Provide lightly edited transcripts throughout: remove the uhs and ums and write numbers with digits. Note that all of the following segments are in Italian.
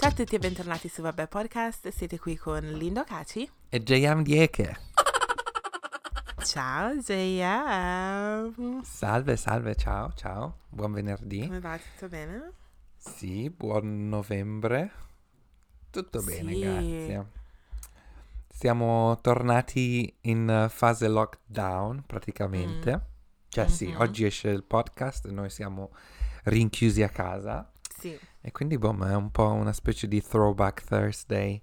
Ciao a tutti e bentornati su Vabbè Podcast, siete qui con Lindo Caci e JM Dieke. Ciao JM. Salve, ciao, buon venerdì. Come va? Tutto bene? Sì, buon novembre. Tutto bene, Sì. grazie. Siamo tornati in fase lockdown praticamente. Sì, oggi esce il podcast e noi siamo rinchiusi a casa. Sì. E quindi è un po' una specie di throwback Thursday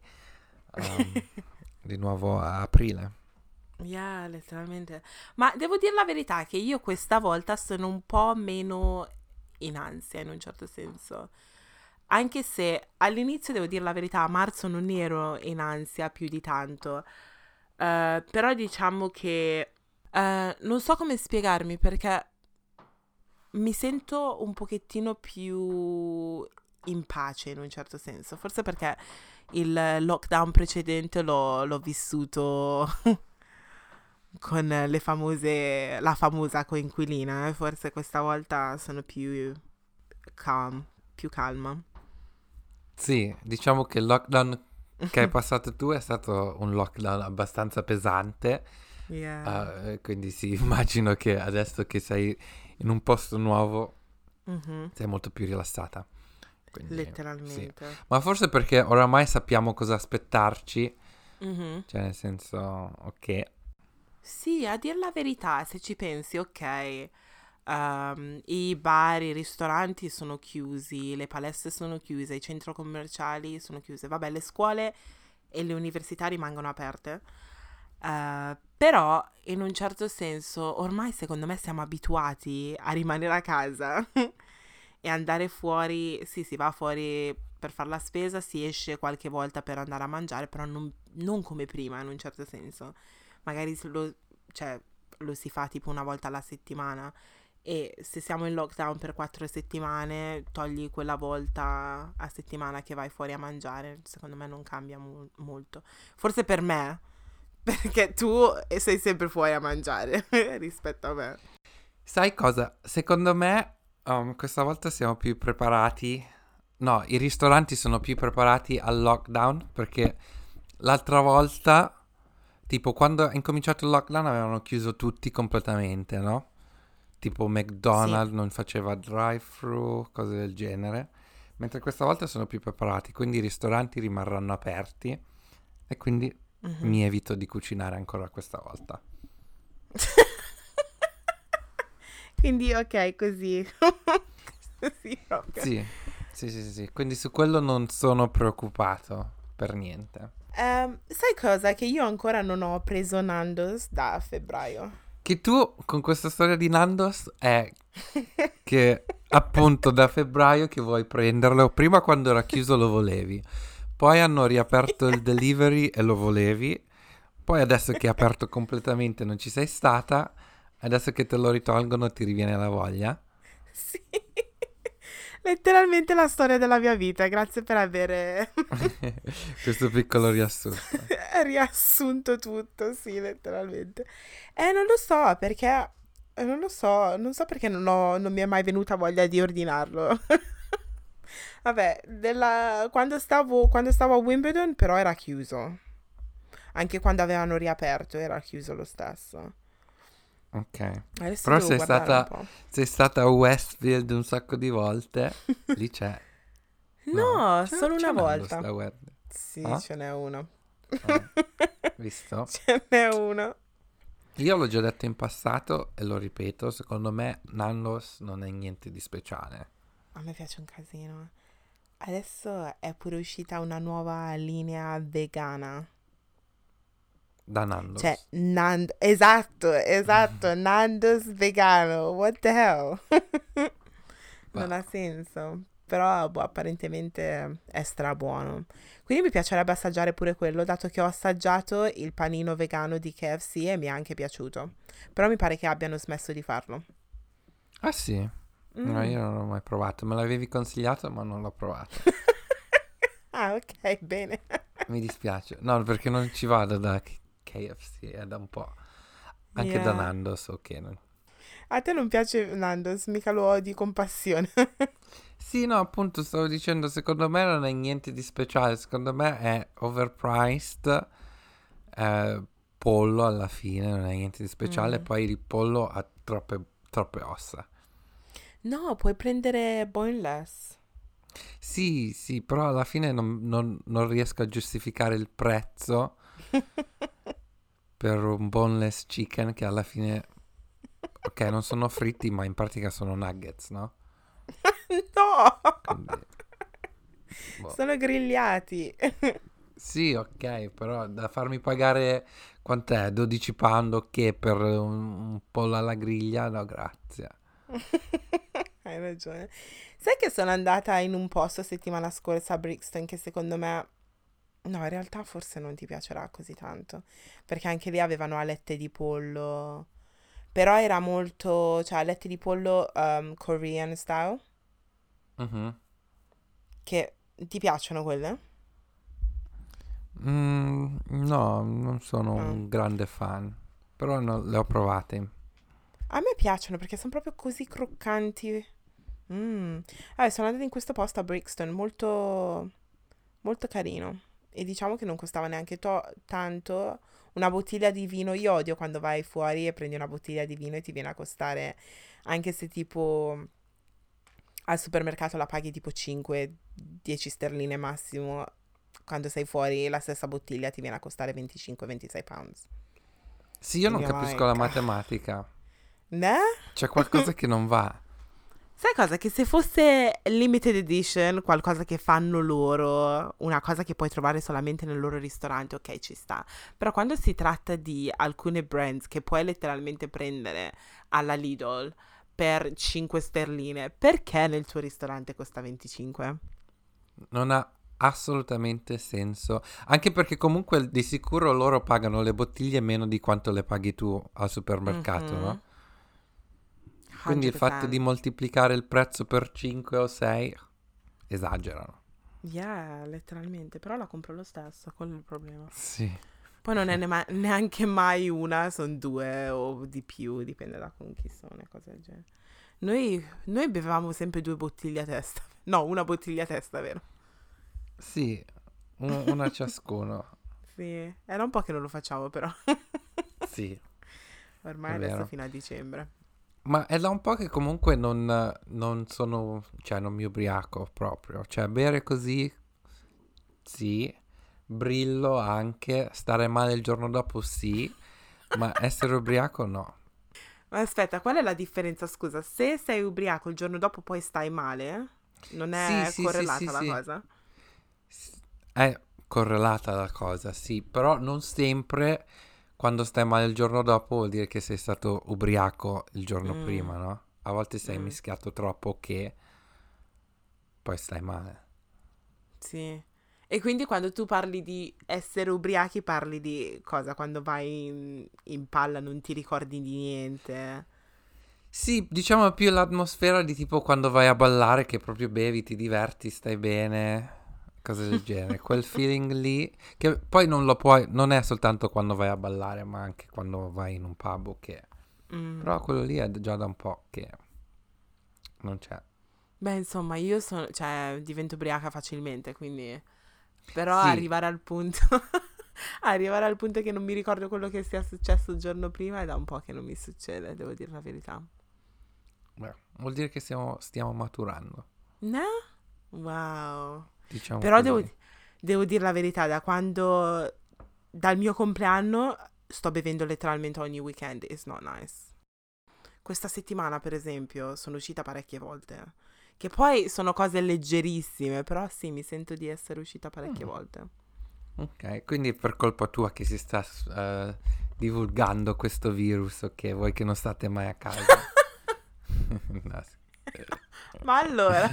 di nuovo a aprile. Yeah, letteralmente. Ma devo dire la verità che io questa volta sono un po' meno in ansia in un certo senso. Anche se all'inizio, devo dire la verità, a marzo non ero in ansia più di tanto. Però diciamo che non so come spiegarmi perché mi sento un pochettino più in pace in un certo senso. Forse perché il lockdown precedente l'ho vissuto con la famosa coinquilina. Forse questa volta sono più calma. Sì, diciamo che il lockdown che hai passato tu è stato un lockdown abbastanza pesante. Yeah. Quindi sì, immagino che adesso che sei in un posto nuovo sei molto più rilassata. Quindi, Letteralmente. sì. Ma forse perché oramai sappiamo cosa aspettarci, cioè nel senso, ok. Sì, a dir la verità, se ci pensi, ok, i bar, i ristoranti sono chiusi, le palestre sono chiuse, i centri commerciali sono chiuse, vabbè, le scuole e le università rimangono aperte. Però in un certo senso ormai secondo me siamo abituati a rimanere a casa e andare fuori. Sì, si va fuori per fare la spesa, si esce qualche volta per andare a mangiare, però non come prima in un certo senso. Magari lo si fa tipo una volta alla settimana, e se siamo in lockdown per 4 settimane, togli quella volta a settimana che vai fuori a mangiare, secondo me non cambia molto. Forse per me, perché tu sei sempre fuori a mangiare rispetto a me. Sai cosa? Secondo me questa volta siamo più preparati. No, i ristoranti sono più preparati al lockdown perché l'altra volta, tipo quando è incominciato il lockdown avevano chiuso tutti completamente, no? Tipo McDonald's non faceva drive-thru, cose del genere. Mentre questa volta sono più preparati, quindi i ristoranti rimarranno aperti e quindi mi evito di cucinare ancora questa volta. Quindi ok, così. Sì, proprio. Sì. Quindi su quello non sono preoccupato per niente. Sai cosa? Che io ancora non ho preso Nando's da febbraio. Che tu con questa storia di Nando's è che appunto da febbraio che vuoi prenderlo. Prima quando era chiuso lo volevi, poi hanno riaperto il delivery e lo volevi, poi adesso che è aperto completamente non ci sei stata, adesso che te lo ritolgono ti riviene la voglia. Sì. Letteralmente la storia della mia vita. Grazie per aver Questo piccolo riassunto. riassunto tutto, sì, letteralmente. Non lo so perché. Non so perché non mi è mai venuta voglia di ordinarlo. Vabbè, quando stavo a Wimbledon, però era chiuso. Anche quando avevano riaperto, era chiuso lo stesso. Ok. Adesso Però devo guardare un po'. sei stata a Westfield un sacco di volte. Lì c'è. No, C'è solo una Nando's volta. da Westfield. Sì, Ah? ce n'è uno. Visto? Ce n'è uno. Io l'ho già detto in passato e lo ripeto, secondo me Nando's non è niente di speciale. A me piace un casino. Adesso è pure uscita una nuova linea vegana. Da Nando's. Cioè, esatto, Nando's vegano. What the hell? Non ha senso. Però apparentemente è strabuono. Quindi mi piacerebbe assaggiare pure quello, dato che ho assaggiato il panino vegano di KFC e mi è anche piaciuto. Però mi pare che abbiano smesso di farlo. Ah sì? No, io non l'ho mai provato. Me l'avevi consigliato ma non l'ho provato. Ah, ok, bene. Mi dispiace. No, perché non ci vado da KFC, è da un po'. Anche da Yeah. Nando's, ok. A te non piace Nando's, mica lo odi con passione. Sì, no, appunto stavo dicendo, secondo me non è niente di speciale, secondo me è overpriced, eh, pollo alla fine, non è niente di speciale, Mm. poi il pollo ha troppe ossa. No, puoi prendere boneless. Sì, sì, però alla fine non riesco a giustificare il prezzo per un boneless chicken che alla fine, ok, non sono fritti, ma in pratica sono nuggets, no? No! Quindi, boh. Sono grigliati. Sì, ok, però da farmi pagare quant'è? 12 pound, ok, per un pollo alla griglia? No, grazie. Hai ragione. Sai che sono andata in un posto settimana scorsa a Brixton che secondo me... No, in realtà forse non ti piacerà così tanto, perché anche lì avevano alette di pollo, però era molto, cioè alette di pollo Korean style, Mhm. che ti piacciono quelle? No, non sono Ah. un grande fan, però le ho provate. A me piacciono perché sono proprio così croccanti. Mm. Sono andata in questo posto a Brixton, molto, molto carino. E diciamo che non costava neanche tanto. Una bottiglia di vino, io odio quando vai fuori e prendi una bottiglia di vino e ti viene a costare, anche se tipo al supermercato la paghi tipo 5-10 sterline massimo, quando sei fuori la stessa bottiglia ti viene a costare 25-26 pounds. Sì, io And non you're capisco la like, matematica. né? C'è qualcosa che non va. Sai cosa? Che se fosse limited edition, qualcosa che fanno loro, una cosa che puoi trovare solamente nel loro ristorante, ok, ci sta. Però quando si tratta di alcune brands che puoi letteralmente prendere alla Lidl per 5 sterline, perché nel tuo ristorante costa 25? Non ha assolutamente senso. Anche perché comunque di sicuro loro pagano le bottiglie meno di quanto le paghi tu al supermercato, Mhm. no? Quindi il fatto di 100%. moltiplicare il prezzo per 5 o 6 esagerano. Yeah, letteralmente. Però la compro lo stesso, quello è il problema. Sì. Poi non è neanche mai una, sono due o di più, dipende da con chi sono e cose del genere. Noi bevevamo sempre 2 bottiglie a testa. No, una bottiglia a testa, vero? Sì, una ciascuno. Sì, era un po' che non lo facciamo però. Sì, è Ormai adesso vero. fino a dicembre. Ma è da un po' che comunque non sono, cioè non mi ubriaco proprio. Cioè bere così, sì, brillo anche, stare male il giorno dopo sì, ma essere ubriaco no. Ma aspetta, qual è la differenza? Scusa, se sei ubriaco il giorno dopo poi stai male? Non Sì, è sì, sì, sì, correlata la sì. cosa? È correlata la cosa, sì, però non sempre quando stai male il giorno dopo vuol dire che sei stato ubriaco il giorno Mm, prima, no? A volte sei mm, mischiato troppo che poi stai male. sì. E quindi quando tu parli di essere ubriachi parli di cosa? Quando vai in palla non ti ricordi di niente? Sì, diciamo più l'atmosfera di tipo quando vai a ballare che proprio bevi, ti diverti, stai bene, cose del genere. Quel feeling lì, che poi non lo puoi, non è soltanto quando vai a ballare, ma anche quando vai in un pub, ok. Mm. Però quello lì è già da un po' che non c'è. Beh, insomma, io sono, cioè, divento ubriaca facilmente, quindi... Però Sì, arrivare al punto... arrivare al punto che non mi ricordo quello che sia successo il giorno prima è da un po' che non mi succede, devo dire la verità. beh, vuol dire che stiamo maturando, No? Wow. diciamo Però così. devo dire la verità, da quando... Dal mio compleanno sto bevendo letteralmente ogni weekend. It's not nice. Questa settimana, per esempio, sono uscita parecchie volte. Che poi sono cose leggerissime, però sì, mi sento di essere uscita parecchie Mm, volte. ok, quindi è per colpa tua che si sta divulgando questo virus, ok? Voi che non state mai a casa. No, Ma allora...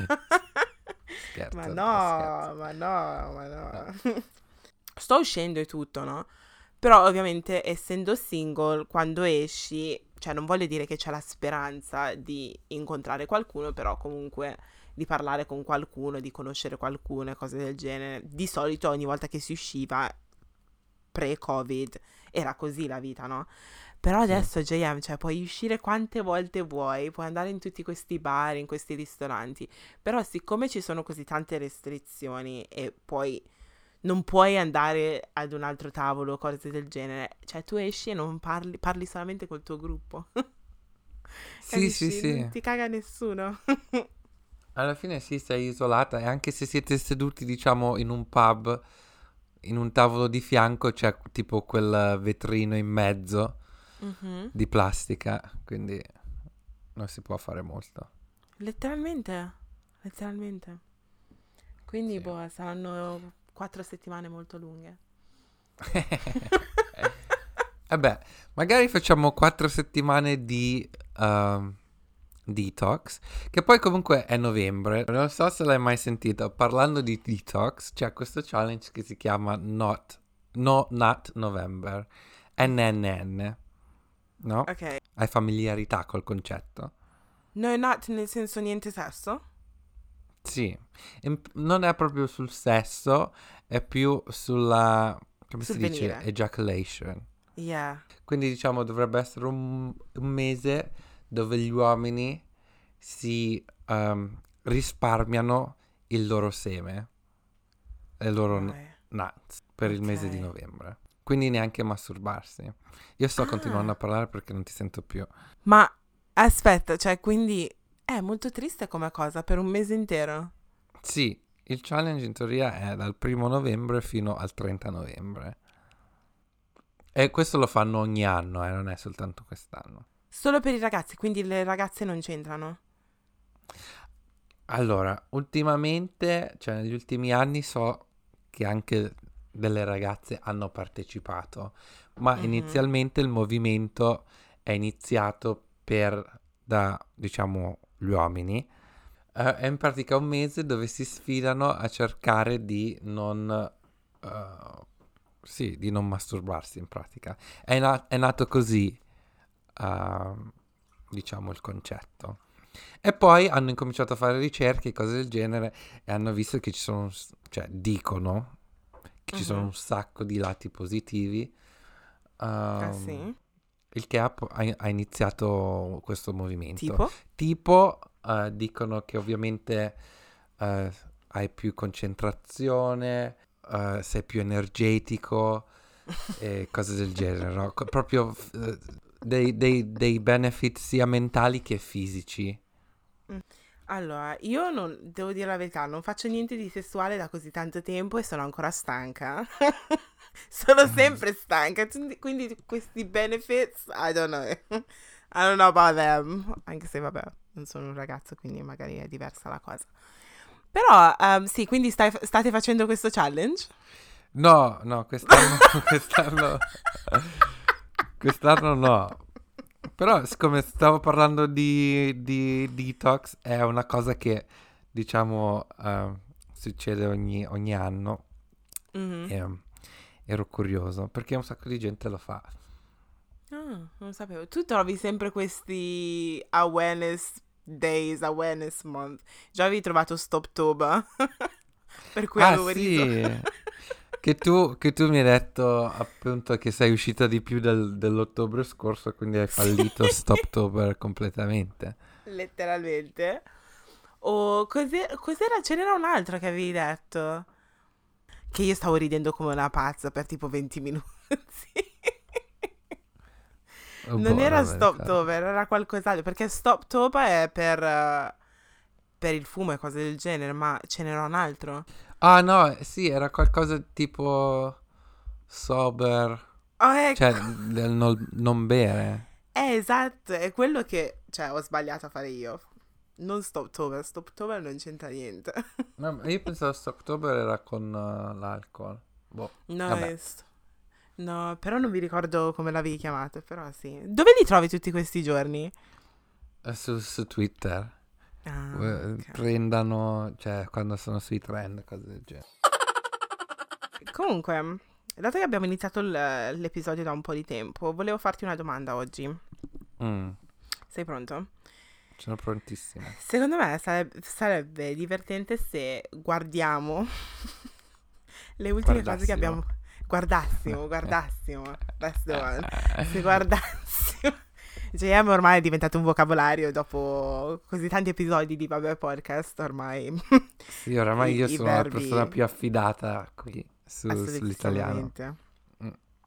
ma scherzo, scherzo. no, ma no, ma No. no. Sto uscendo e tutto, no? Però ovviamente essendo single, quando esci, cioè non voglio dire che c'è la speranza di incontrare qualcuno, però comunque di parlare con qualcuno, di conoscere qualcuno e cose del genere. Di solito ogni volta che si usciva pre-Covid era così la vita, no? Però Sì. adesso JM, cioè puoi uscire quante volte vuoi, puoi andare in tutti questi bar, in questi ristoranti, però siccome ci sono così tante restrizioni e poi non puoi andare ad un altro tavolo, cose del genere, cioè tu esci e non parli, parli solamente col tuo gruppo, Sì, sì, capisci? Non sì. ti caga nessuno. Alla fine sì, sei isolata e anche se siete seduti, diciamo, in un pub, in un tavolo di fianco c'è tipo quel vetrino in mezzo Mhm. di plastica, quindi non si può fare molto. Letteralmente, letteralmente. Quindi, Sì. boh, saranno 4 settimane molto lunghe. E beh, magari facciamo 4 settimane di detox, che poi comunque è novembre. Non so se l'hai mai sentito. Parlando di detox, c'è questo challenge che si chiama Not November, NNN, no? Ok. Hai familiarità col concetto? No, not nel senso niente sesso? Sì, non è proprio sul sesso, è più sulla, come si Sul dice, venire. ejaculation. Yeah. Quindi diciamo dovrebbe essere un mese dove gli uomini si risparmiano il loro seme, le loro Right. nuts per il mese di Ok. novembre. Quindi neanche masturbarsi. Io sto continuando a Ah, parlare perché non ti sento più. ma aspetta, cioè, quindi è molto triste come cosa per un mese intero. Sì, il challenge in teoria è dal 1° novembre fino al 30 novembre. E questo lo fanno ogni anno, non è soltanto quest'anno. Solo per i ragazzi, quindi le ragazze non c'entrano. Allora, ultimamente, cioè negli ultimi anni so che anche delle ragazze hanno partecipato, ma Mhm. inizialmente il movimento è iniziato da, diciamo, gli uomini. È in pratica un mese dove si sfidano a cercare di non, sì, di non masturbarsi in pratica. È nato così, diciamo, il concetto. E poi hanno incominciato a fare ricerche e cose del genere e hanno visto che ci sono, cioè dicono che ci sono Mhm. un sacco di lati positivi, Ah ehm, sì? il che ha iniziato questo movimento. Tipo? Tipo, dicono che ovviamente hai più concentrazione, sei più energetico e cose del genere, no? Proprio dei benefit sia mentali che fisici. Mm. Allora, io non, devo dire la verità, non faccio niente di sessuale da così tanto tempo e sono ancora stanca. Sono sempre stanca, quindi questi benefits, I don't know. I don't know about them. Anche se, vabbè, non sono un ragazzo, quindi magari è diversa la cosa. Però, sì, quindi state facendo questo challenge? No, no, quest'anno, quest'anno no. Però, siccome stavo parlando di detox, è una cosa che, diciamo, succede ogni anno. Mhm. E ero curioso, perché un sacco di gente lo fa. Ah, non lo sapevo. Tu trovi sempre questi awareness days, awareness month. Già avevi trovato Stoptober, per cui Ah, avevo riso. sì, che tu mi hai detto appunto che sei uscita di più dell'ottobre scorso, quindi hai Sì, fallito Stoptober completamente. letteralmente. O cos'era? Ce n'era un'altra che avevi detto. Che io stavo ridendo come una pazza per tipo 20 minuti. Oh, Non boh, era non me lo ricordo. Stoptober, era qualcos'altro. Perché Stoptober è per il fumo e cose del genere, ma ce n'era un altro. Ah, no, sì, era qualcosa tipo sober, Oh, cioè ecco. del non bere. Esatto, è quello che, cioè, ho sbagliato a fare io. Non Stoptober, Stoptober non c'entra niente. No, ma io pensavo Stoptober era con l'alcol. Boh, No, vabbè, no, però non mi ricordo come l'avevi chiamato, però sì. Dove li trovi tutti questi giorni? su Twitter. Ah, ok. Prendano, cioè, quando sono sui trend, cose del genere. Comunque, dato che abbiamo iniziato l'episodio da un po' di tempo, volevo farti una domanda oggi. Mm, Sei pronto? sono prontissimo. Secondo me sarebbe divertente se guardiamo le ultime cose che Guardassimo. abbiamo guardassimo, that's the one. Se guardassimo. JM ormai è diventato un vocabolario dopo così tanti episodi di Vabbè Podcast, ormai Sì, oramai io i sono la persona verbi più affidata qui sull'italiano. assolutissimamente. Mm.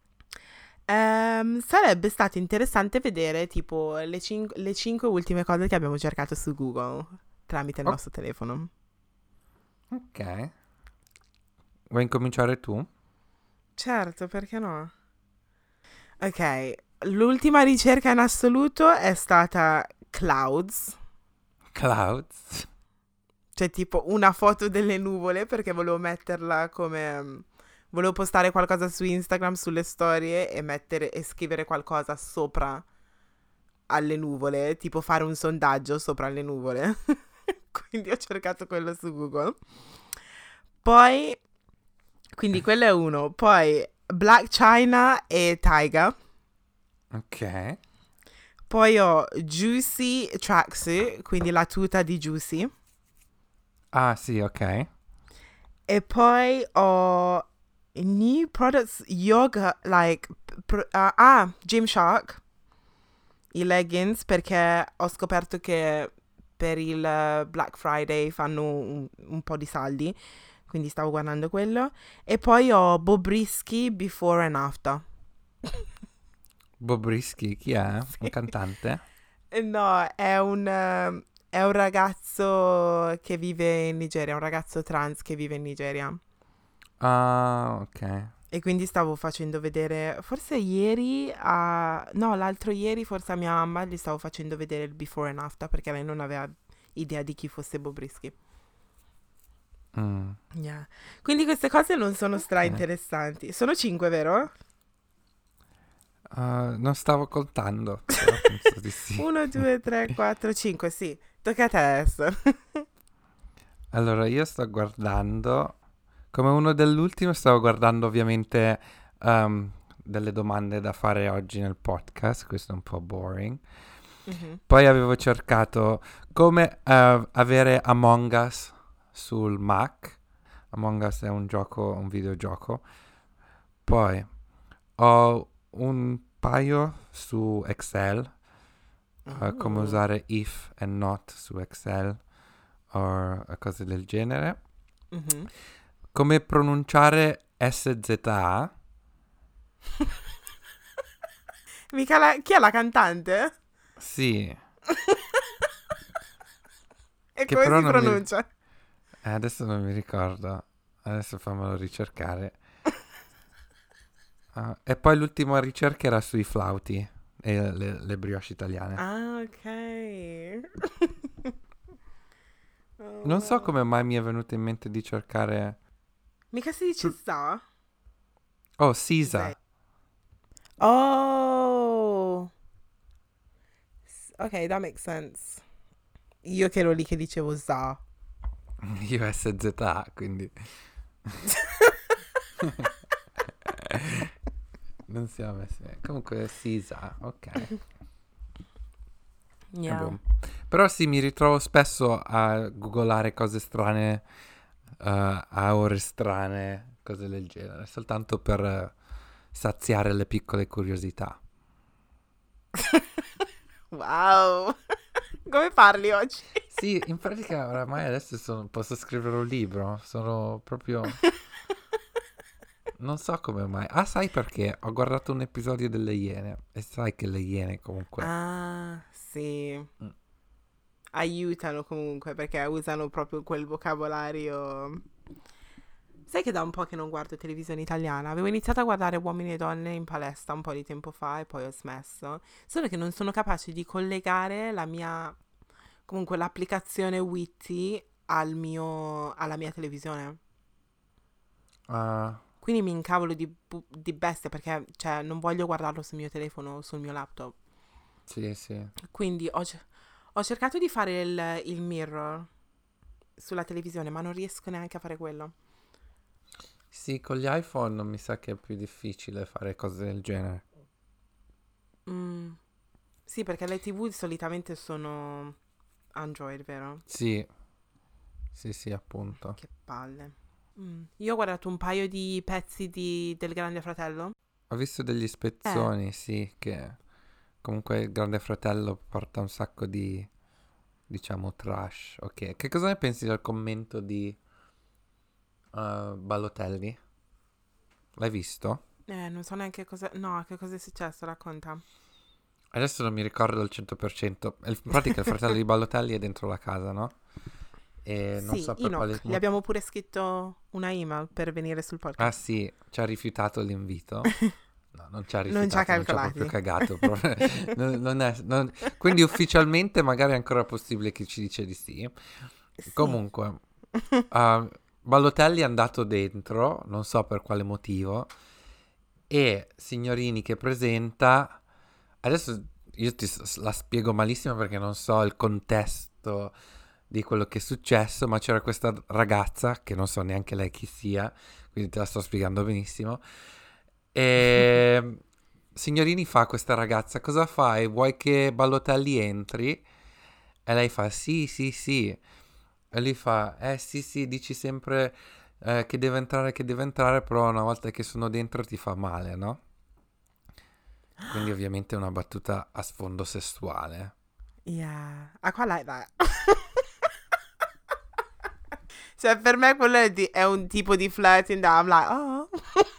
Sarebbe stato interessante vedere tipo le 5 ultime cose che abbiamo cercato su Google tramite il O- nostro telefono. ok. Vuoi incominciare tu? Certo, perché no? Ok, l'ultima ricerca in assoluto è stata clouds, Clouds. cioè tipo una foto delle nuvole perché volevo metterla come volevo postare qualcosa su Instagram sulle storie e mettere e scrivere qualcosa sopra alle nuvole, tipo fare un sondaggio sopra le nuvole. Quindi ho cercato quello su Google. Poi, quindi quello è uno. Poi Black China e Taiga. Ok. Poi ho Juicy Tracksuit, quindi la tuta di Juicy. Ah, sì, ok. E poi ho New Products Yoga, like, Gymshark, i leggings, perché ho scoperto che per il Black Friday fanno un po' di saldi, quindi stavo guardando quello. E poi ho Bobrisky Before and After. Bobrisky, chi è? Un Sì. cantante? No, è un ragazzo che vive in Nigeria, un ragazzo trans che vive in Nigeria. Ah, ok. E quindi stavo facendo vedere, forse ieri, no, l'altro ieri forse a mia mamma gli stavo facendo vedere il before and after perché lei non aveva idea di chi fosse Bobrisky. Mm. Yeah. Quindi queste cose non sono stra Ok. interessanti. Sono 5, vero? Non stavo contando, però penso di sì. 1, 2, 3, 4, 5, sì. Tocca a te adesso. Allora, io sto guardando, come uno dell'ultimo, stavo guardando ovviamente delle domande da fare oggi nel podcast, questo è un po' boring. Mhm. Poi avevo cercato come avere Among Us sul Mac. Among Us è un gioco, un videogioco. Poi ho un paio su Excel, come Oh. usare if e not su Excel o cose del genere. Mhm. Come pronunciare SZA? Mica chi è la cantante? Sì, E che come però si non mi... pronuncia? adesso non mi ricordo. Adesso fammelo ricercare. E poi l'ultima ricerca era sui flauti e le brioche italiane. Ah, ok. Oh, Non so wow. come mai mi è venuto in mente di cercare... Mica si dice za? Oh, Zay. Sisa. Oh, ok, that makes sense. Io che ero lì che dicevo za. Io SZA, quindi... Non siamo messi bene. Comunque Sisa, ok. Yeah. Boh. Però sì, mi ritrovo spesso a googolare cose strane, a ore strane, cose del genere, soltanto per saziare le piccole curiosità. Wow. Come parli oggi? Sì, in pratica oramai adesso posso scrivere un libro, sono proprio... Non so come mai. Ah, sai perché? Ho guardato un episodio delle Iene e sai che le Iene comunque... Ah, sì. Mm. Aiutano comunque perché usano proprio quel vocabolario. Sai che da un po' che non guardo televisione italiana? Avevo iniziato a guardare Uomini e Donne in palestra un po' di tempo fa e poi ho smesso. Solo che non sono capace di collegare la mia, comunque l'applicazione Witty alla mia televisione. Ah, Quindi mi incavolo di bestia perché, cioè, non voglio guardarlo sul mio telefono o sul mio laptop. sì, sì. Quindi ho cercato di fare il mirror sulla televisione, ma non riesco neanche a fare quello. Sì, con gli iPhone mi sa che è più difficile fare cose del genere. Mm. Sì, perché le TV solitamente sono Android, vero? Sì, sì, sì, appunto. Che palle. Io ho guardato un paio di pezzi del Grande Fratello. Ho visto degli spezzoni, sì, che comunque il Grande Fratello porta un sacco di, diciamo, trash. Ok, che cosa ne pensi del commento di Balotelli? L'hai visto? Non so neanche cosa... No, che cosa è successo, racconta. Adesso non mi ricordo al 100%. In pratica il fratello di Balotelli è dentro la casa, no? E non Sì, so per quale Enoch, gli motivo. abbiamo pure scritto una email per venire sul Ah podcast. sì, ci ha rifiutato l'invito. No, non ci ha Non ci ha rifiutato, non ci ha proprio calcolati. cagato. Quindi ufficialmente magari è ancora possibile che ci dice di sì. Sì. Comunque, uh, Balotelli è andato dentro, non so per quale motivo, e Signorini che presenta... Adesso io la spiego malissimo perché non so il contesto di quello che è successo, ma c'era questa ragazza, che non so neanche lei chi sia, quindi te la sto spiegando benissimo, e Signorini fa a questa ragazza: cosa fai? Vuoi che Balotelli entri? E lei fa: sì, sì, sì. E lui fa: sì, sì, dici sempre che deve entrare, però una volta che sono dentro ti fa male, no? Quindi ovviamente è una battuta a sfondo sessuale. Yeah, I quite like that. Cioè, per me quello è un tipo di flirting da I'm like, oh.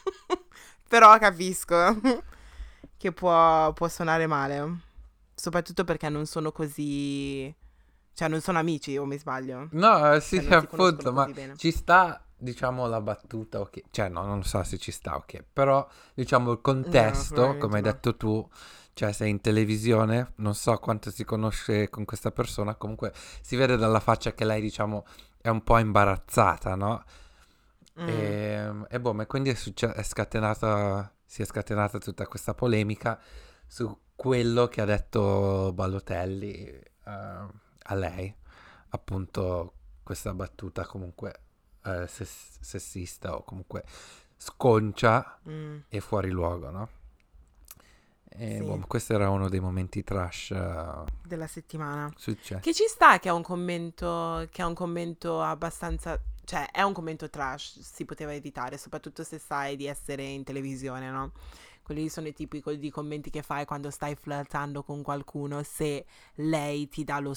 Però capisco che può suonare male. Soprattutto perché non sono così... Cioè, non sono amici, o mi sbaglio? No, sì, Cioè, non si conoscono appunto, ma così bene. ci sta, diciamo, la battuta, ok. Cioè, no, non so se ci sta, ok. Però, diciamo, il No, contesto, come probabilmente hai no. detto tu, cioè, sei in televisione, non so quanto si conosce con questa persona, comunque si vede dalla faccia che lei, diciamo, è un po' imbarazzata, no? Mm, E boh, ma quindi si è scatenata tutta questa polemica su quello che ha detto Balotelli a lei, appunto questa battuta comunque sessista o comunque sconcia mm, e fuori luogo, no? E boh, sì, questo era uno dei momenti trash della settimana. Che successi. ci sta che è un commento abbastanza... Cioè, è un commento trash, si poteva evitare, soprattutto se sai di essere in televisione, no? Quelli sono i tipi di commenti che fai quando stai flirtando con qualcuno, se lei ti dà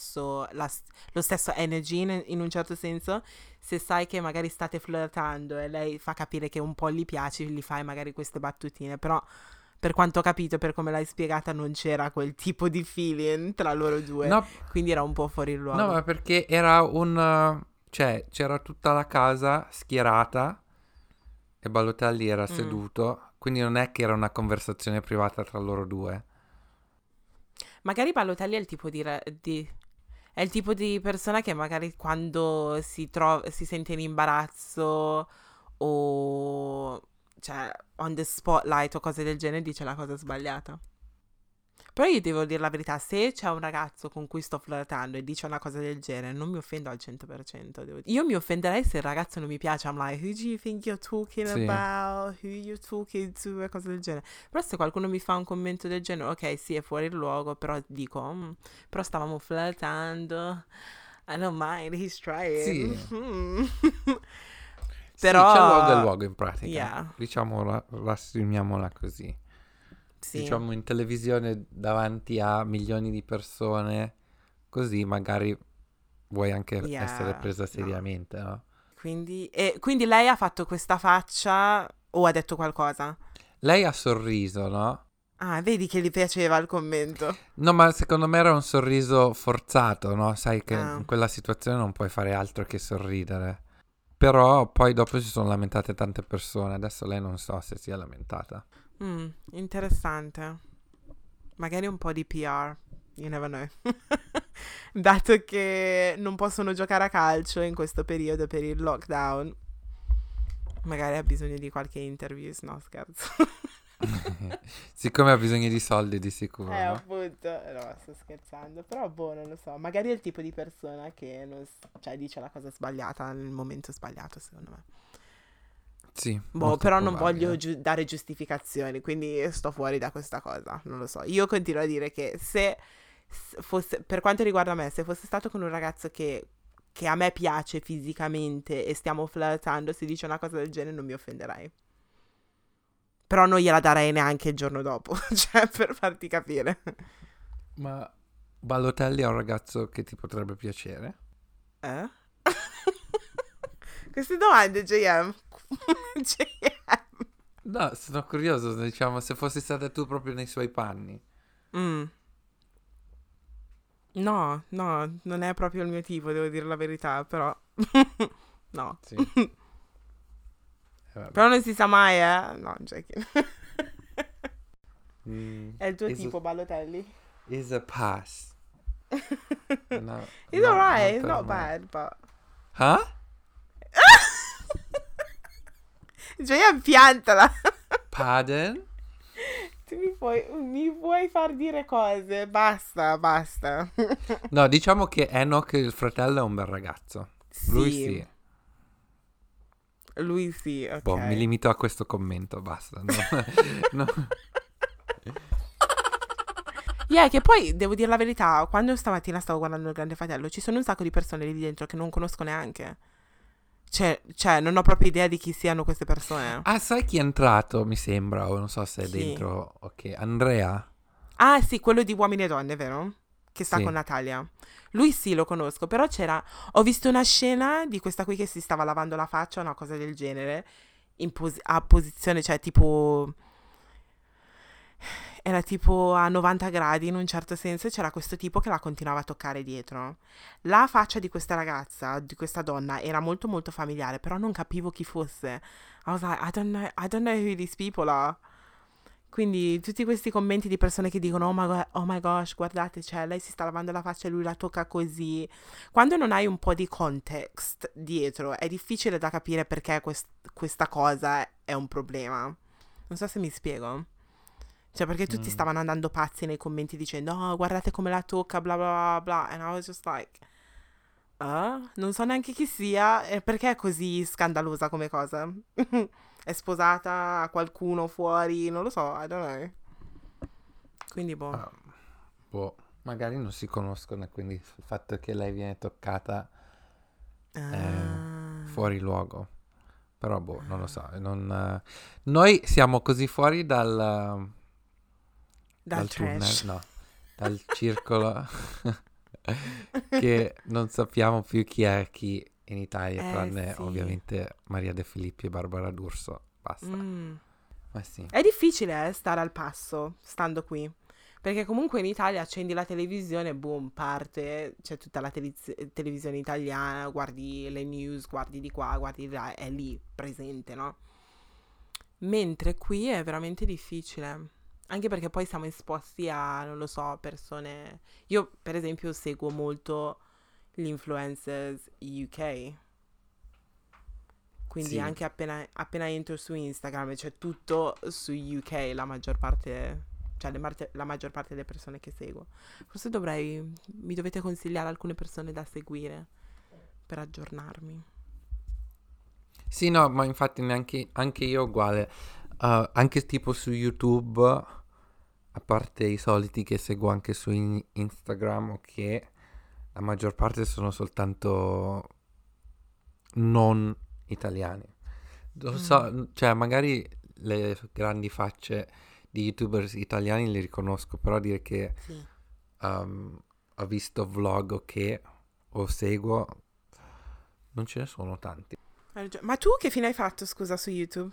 lo stesso energy in un certo senso, se sai che magari state flirtando e lei fa capire che un po' gli piaci, gli fai magari queste battutine, però per quanto ho capito, per come l'hai spiegata, non c'era quel tipo di feeling tra loro due, No, quindi era un po' fuori no, luogo. ma perché era cioè, c'era tutta la casa schierata e Balotelli era Mm. seduto, quindi non è che era una conversazione privata tra loro due. Magari Balotelli è il tipo è il tipo di persona che magari quando si sente in imbarazzo o cioè on the spotlight o cose del genere dice la cosa sbagliata. Però io devo dire la verità, se c'è un ragazzo con cui sto flirtando e dice una cosa del genere, non mi offendo al 100%. Io mi offenderei se il ragazzo non mi piace, I'm like, who do you think you're talking Sì. about? Who you talking to? E cose del genere. Però se qualcuno mi fa un commento del genere, ok, sì, è fuori luogo, però dico, però stavamo flirtando. I don't mind, he's trying. Sì, sì, c'è luogo e Però, luogo in pratica. yeah, Diciamo, riassumiamola così. sì, Diciamo in televisione davanti a milioni di persone, così magari vuoi anche essere yeah, presa no. seriamente, no? Quindi lei ha fatto questa faccia o ha detto qualcosa? Lei ha sorriso, no? Ah, vedi che gli piaceva il commento. No, ma secondo me era un sorriso forzato, no? Sai che Ah, in quella situazione non puoi fare altro che sorridere. Però poi dopo si sono lamentate tante persone. Adesso lei non so se si è lamentata. interessante. Magari un po' di PR. You never know. Dato che non possono giocare a calcio in questo periodo per il lockdown, magari ha bisogno di qualche interview. No, scherzo. Siccome ha bisogno di soldi di sicuro, no? Appunto, no, sto scherzando, però boh, non lo so, magari è il tipo di persona che cioè, dice la cosa sbagliata nel momento sbagliato, secondo me. Sì, Boh, molto però non voglio probabile. dare giustificazioni, quindi sto fuori da questa cosa, non lo so. Io continuo a dire che se fosse, per quanto riguarda me, se fosse stato con un ragazzo che che a me piace fisicamente e stiamo flirtando, se dice una cosa del genere non mi offenderei. Però non gliela darei neanche il giorno dopo, cioè per farti capire. Ma Balotelli è un ragazzo che ti potrebbe piacere? Eh? Queste domande, JM. JM. No, sono curioso, diciamo, se fossi stata tu proprio nei suoi panni. Mm. No, non è proprio il mio tipo, devo dire la verità, però... no. Sì. Vabbè. Però non si sa mai, No, Jackie. Mm, È il tuo is tipo, Balotelli? is a pass. No, He's no, alright, non he's per not me. bad, but... Huh? JM, piantala! Pardon? Tu mi vuoi far dire cose? Basta. No, diciamo che Enoch, il fratello, è un bel ragazzo. Lui sì. Lui sì, ok. Boh, mi limito a questo commento, basta. No. No. Yeah, che poi, devo dire la verità, quando stamattina stavo guardando il Grande Fratello, ci sono un sacco di persone lì dentro che non conosco neanche. Cioè, non ho proprio idea di chi siano queste persone. Ah, sai chi è entrato, mi sembra, o non so se è Chi? dentro. Ok, Andrea? Ah, sì, quello di Uomini e Donne, vero? Che sta Sì. con Natalia. Lui sì, lo conosco, però ho visto una scena di questa qui che si stava lavando la faccia, una cosa del genere, a posizione, cioè tipo... Era tipo a 90 gradi in un certo senso e c'era questo tipo che la continuava a toccare dietro. La faccia di questa ragazza, di questa donna, era molto molto familiare, però non capivo chi fosse. I was like, I don't know who these people are. Quindi tutti questi commenti di persone che dicono oh my gosh, guardate, cioè lei si sta lavando la faccia e lui la tocca così. Quando non hai un po' di context dietro, è difficile da capire perché questa cosa è un problema. Non so se mi spiego. Cioè, perché tutti stavano andando pazzi nei commenti dicendo oh, guardate come la tocca, bla bla bla bla. And I was just like, non so neanche chi sia. E perché è così scandalosa come cosa? È sposata a qualcuno fuori? Non lo so, I don't know. Quindi, boh. Boh, magari non si conoscono e quindi il fatto che lei viene toccata è fuori luogo. Però, boh, non lo so. Noi siamo così fuori dal tunnel, trash. no, dal circolo che non sappiamo più chi è chi in Italia, tranne sì. ovviamente Maria De Filippi e Barbara D'Urso, basta. Ma sì. È difficile stare al passo stando qui. Perché comunque in Italia accendi la televisione, boom, parte, c'è tutta la televisione italiana, guardi le news, guardi di qua, guardi di là, è lì, presente, no? Mentre qui è veramente difficile. Anche perché poi siamo esposti a, non lo so, persone... Io, per esempio, seguo molto gli influencers UK. Quindi Sì. anche appena entro su Instagram c'è tutto su UK, la maggior parte... Cioè, la maggior parte delle persone che seguo. Forse mi dovete consigliare alcune persone da seguire per aggiornarmi. Sì, no, ma infatti anche io uguale. Anche tipo su YouTube, a parte i soliti che seguo anche su Instagram, ok, la maggior parte sono soltanto non italiani. Non so, cioè magari le grandi facce di YouTubers italiani li riconosco, però dire che Sì. ho visto vlog o seguo, non ce ne sono tanti. Ma tu che fine hai fatto, scusa, su YouTube?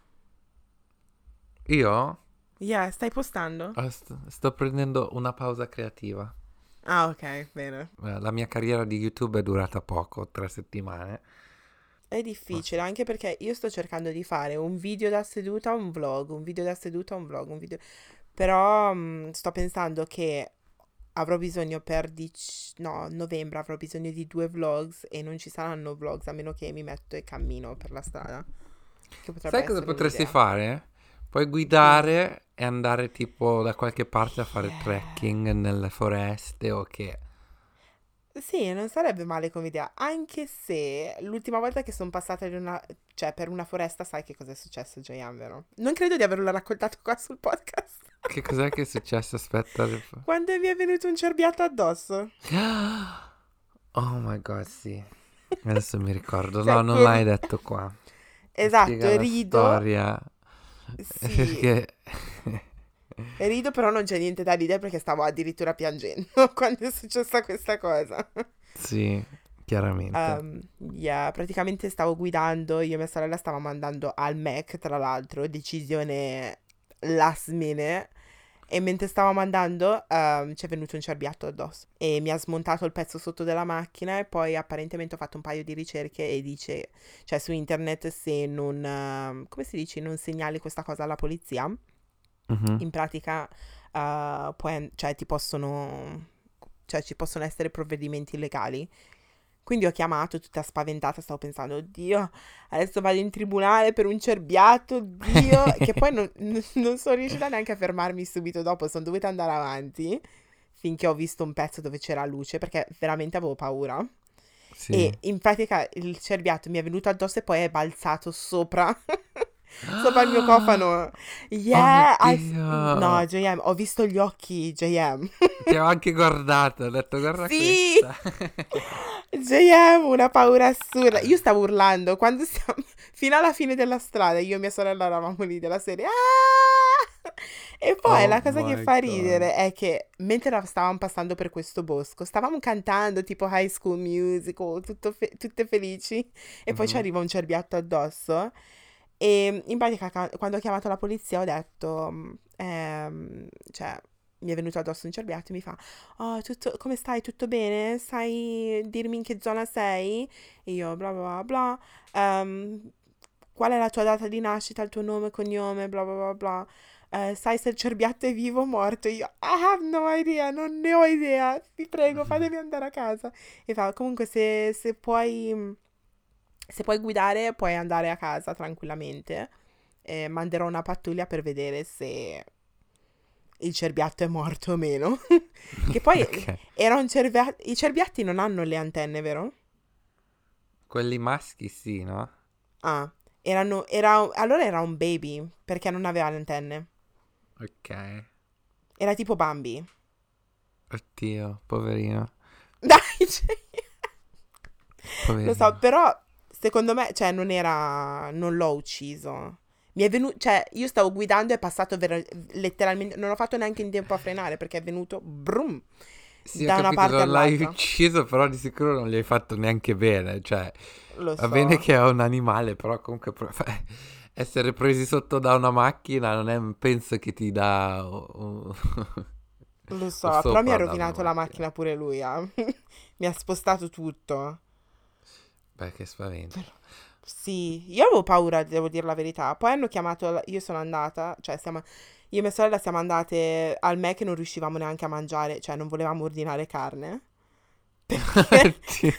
Io Yeah, stai postando? sto prendendo una pausa creativa. Ah, ok, bene. La mia carriera di YouTube è durata poco, 3 settimane. È difficile, anche perché io sto cercando di fare un video da seduta, un vlog, un video da seduta, un vlog, un video... Però sto pensando che avrò bisogno novembre avrò bisogno di 2 vlogs e non ci saranno vlogs a meno che mi metto e cammino per la strada. Che potrebbe Sai cosa essere potresti un'idea. fare? Puoi guidare e andare tipo da qualche parte a fare Yeah. trekking nelle foreste o che... Sì, non sarebbe male come idea, anche se l'ultima volta che sono passata per una foresta, sai che cosa è successo, Gianni, vero? Non credo di averlo raccontato qua sul podcast. Che cos'è che è successo? Aspetta. Quando mi è venuto un cerbiatto addosso. Oh my god, sì. Adesso mi ricordo. Cioè, No, non l'hai detto qua. Spiega esatto, la rido, storia. sì, Perché... rido, però non c'è niente da ridere perché stavo addirittura piangendo quando è successa questa cosa. Sì, chiaramente. Yeah, praticamente stavo guidando, io e mia sorella stavamo andando al Mac, tra l'altro, decisione last minute, e mentre stavamo andando ci è venuto un cerbiatto addosso e mi ha smontato il pezzo sotto della macchina e poi apparentemente ho fatto un paio di ricerche e dice, cioè su internet se non, come si dice, non segnali questa cosa alla polizia, Mhm. in pratica cioè ti possono, cioè ci possono essere provvedimenti legali. Quindi ho chiamato tutta spaventata, stavo pensando, oddio, adesso vado in tribunale per un cerbiatto, oddio, che poi non sono riuscita neanche a fermarmi subito dopo, sono dovuta andare avanti finché ho visto un pezzo dove c'era luce, perché veramente avevo paura. Sì. E in pratica il cerbiatto mi è venuto addosso e poi è balzato sopra, sopra il mio cofano. Oh mio Yeah, no, Dio! JM, ho visto gli occhi, JM. Ti avevo anche guardato, ho detto guarda Sì! questa. JM, una paura assurda. Io stavo urlando quando siamo fino alla fine della strada. Io e mia sorella eravamo lì della serie. "Ah!" E poi Oh la cosa che my fa god. ridere è che mentre stavamo passando per questo bosco, stavamo cantando tipo High School Musical, tutte felici. E poi ci Mhm. arriva un cerbiatto addosso. E in pratica, quando ho chiamato la polizia, ho detto, cioè, mi è venuto addosso un cerbiatto e mi fa. Oh, come stai? Tutto bene? Sai dirmi in che zona sei? E io bla bla bla bla. Ehm, qual è la tua data di nascita, il tuo nome, cognome, bla bla bla bla. Sai se il cerbiatto è vivo o morto? Io, I have no idea, non ne ho idea. Ti prego, Mhm. fatemi andare a casa. E fa, comunque se puoi guidare, puoi andare a casa tranquillamente. Manderò una pattuglia per vedere se il cerbiatto è morto o meno. Che poi Ok. era un cerbiatto. I cerbiatti non hanno le antenne, vero? Quelli maschi sì, no? Ah, allora era un baby perché non aveva le antenne. Ok. Era tipo Bambi. Oddio, poverino. Dai, cioè, lo so, Poverino. però secondo me, cioè, non l'ho ucciso. Mi è venuto, cioè, io stavo guidando e è passato letteralmente, non ho fatto neanche in tempo a frenare perché è venuto brum Sì, ho da una capito, parte non l'hai all'altra. ucciso, però di sicuro non gli hai fatto neanche bene. Cioè, Lo va bene so, che è un animale, però comunque essere presi sotto da una macchina non è, penso che ti dà lo o so, però mi ha sopra da una rovinato la macchina. macchina pure lui, ah. Mi ha spostato tutto. Beh, che spavento. Sì, io avevo paura, devo dire la verità. Poi hanno chiamato, io sono andata, cioè io e mia sorella siamo andate al Mac e non riuscivamo neanche a mangiare, cioè non volevamo ordinare carne. Perché? Oddio.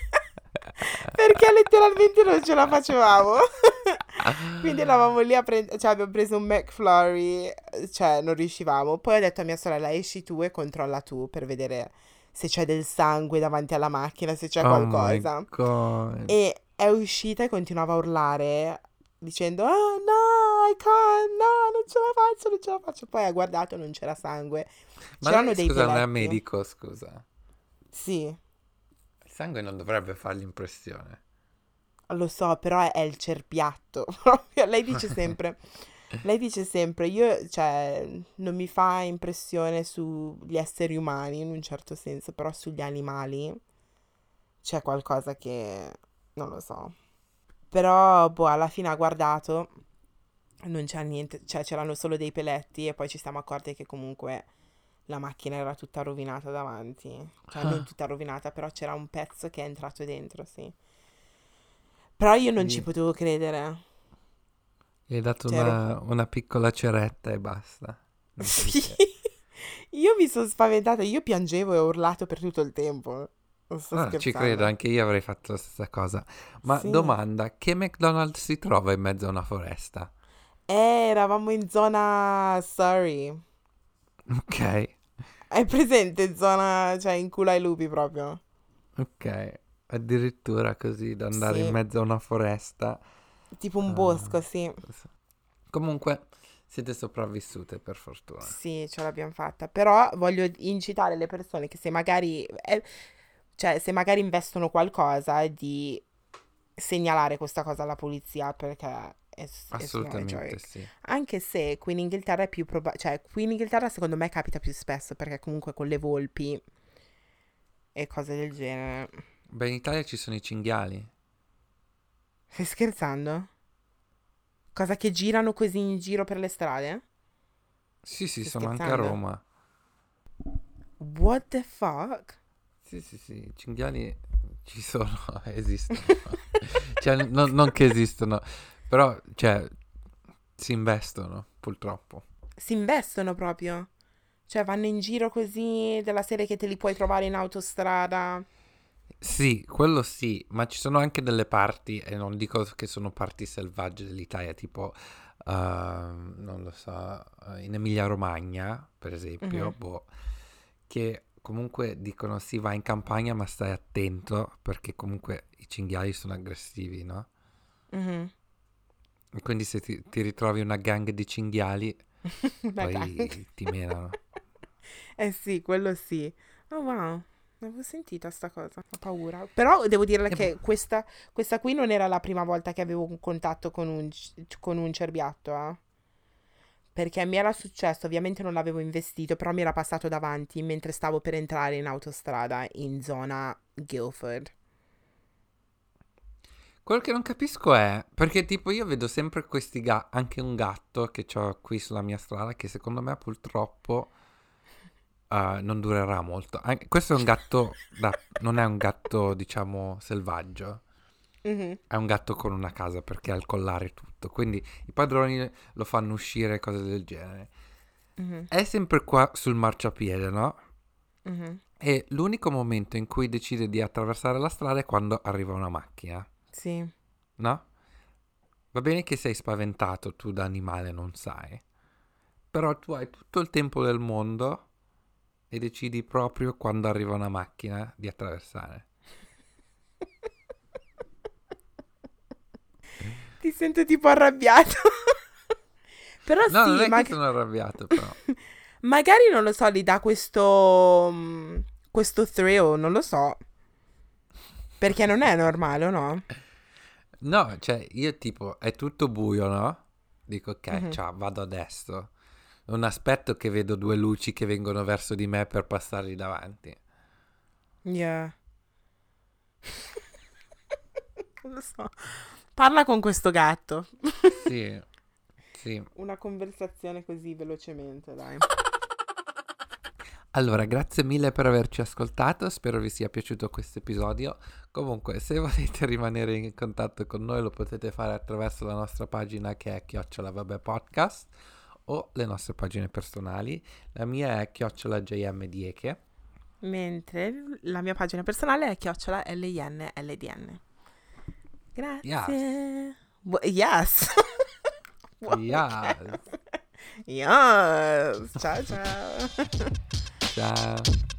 Perché letteralmente non ce la facevamo. Quindi eravamo lì a prendere, cioè abbiamo preso un McFlurry, cioè non riuscivamo. Poi ho detto a mia sorella, esci tu e controlla tu per vedere se c'è del sangue davanti alla macchina, se c'è Oh my qualcosa. god. E è uscita e continuava a urlare dicendo, oh no, I can't, no, non ce la faccio, non ce la faccio. Poi ha guardato, non c'era sangue. Ma C'erano lei, dei scusa, non è peletti. medico, scusa. Sì, Il sangue non dovrebbe fargli impressione. lo so, però è il cerbiatto. Proprio, lei dice sempre, io, cioè, non mi fa impressione sugli esseri umani in un certo senso, però sugli animali c'è qualcosa che non lo so. Però, boh, alla fine ha guardato, non c'è niente, cioè c'erano solo dei peletti e poi ci siamo accorti che comunque la macchina era tutta rovinata davanti. Cioè, non tutta rovinata, però c'era un pezzo che è entrato dentro, sì. Però io non ci Sì. potevo credere. Gli hai dato Cioè, ero. una piccola ceretta e basta. Niente di Sì. che. Io mi sono spaventata, io piangevo e ho urlato per tutto il tempo. Non sto Ah, ci credo, scherzando. anche io avrei fatto la stessa cosa. Ma Sì. domanda, che McDonald's si trova in mezzo a una foresta? Eravamo in zona Surrey. Ok, Hai presente zona, cioè in culo ai lupi proprio? ok. Addirittura così, da andare in Sì, mezzo a una foresta. tipo un Ah, bosco, sì. comunque, siete sopravvissute per fortuna. Sì, ce l'abbiamo fatta. Però voglio incitare le persone che se magari. Cioè, se magari investono qualcosa, di segnalare questa cosa alla polizia perché it's not a Assolutamente joke. sì. Anche se qui in Inghilterra è più probabile, cioè qui in Inghilterra secondo me capita più spesso perché comunque con le volpi e cose del genere. Beh, in Italia ci sono i cinghiali. Stai scherzando? Cosa che girano così in giro per le strade? Sì, sì, Stai sono anche a scherzando? Roma. What the fuck? Sì, sì, sì, i cinghiali ci sono, esistono. Cioè, non che esistono, però, cioè, si investono, purtroppo. Si investono proprio. Cioè vanno in giro così della serie che te li puoi trovare in autostrada. Sì, quello sì, ma ci sono anche delle parti, e non dico che sono parti selvagge dell'Italia, tipo, non lo so, in Emilia-Romagna, per esempio, Mhm, boh, che comunque dicono sì, vai in campagna, ma stai attento, perché comunque i cinghiali sono aggressivi, no? mhm. E quindi se ti ritrovi una gang di cinghiali, Una gang. poi ti menano. Eh sì, quello sì. Oh wow, non avevo sentita sta cosa, ho paura. Però devo dire E boh, che questa qui non era la prima volta che avevo un contatto con un cerbiatto, eh. Perché mi era successo, ovviamente non l'avevo investito, però mi era passato davanti mentre stavo per entrare in autostrada in zona Guildford. quello che non capisco è, perché tipo io vedo sempre questi gatti, anche un gatto che ho qui sulla mia strada, che secondo me purtroppo non durerà molto. Questo è un gatto, non è un gatto diciamo selvaggio, Mhm, è un gatto con una casa perché ha il collare e tutto, quindi i padroni lo fanno uscire, cose del genere. mhm, È sempre qua sul marciapiede, no? mhm. E l'unico momento in cui decide di attraversare la strada è quando arriva una macchina, Sì. no? Va bene che sei spaventato, tu da animale non sai, però tu hai tutto il tempo del mondo e decidi proprio quando arriva una macchina di attraversare. Ti sento tipo arrabbiato. Però No, non sì, è che sono arrabbiato, però. magari non lo so, gli dà questo, questo thrill, non lo so. Perché non è normale, o no? No, cioè, io tipo, è tutto buio, no? Dico, ok, Mhm. ciao, vado adesso. Non aspetto che vedo due luci che vengono verso di me per passarli davanti. Yeah. Non lo so. Parla con questo gatto. Sì, sì. Una conversazione così velocemente, dai. Allora, grazie mille per averci ascoltato, spero vi sia piaciuto questo episodio. Comunque, se volete rimanere in contatto con noi lo potete fare attraverso la nostra pagina che è @vabbè podcast o le nostre pagine personali. La mia è @jmdieche. Mentre la mia pagina personale è chiocciola LINLDN. Yes, Grazie. Yes. Wow, ok. yes. Yes. Ciao ciao. Ciao.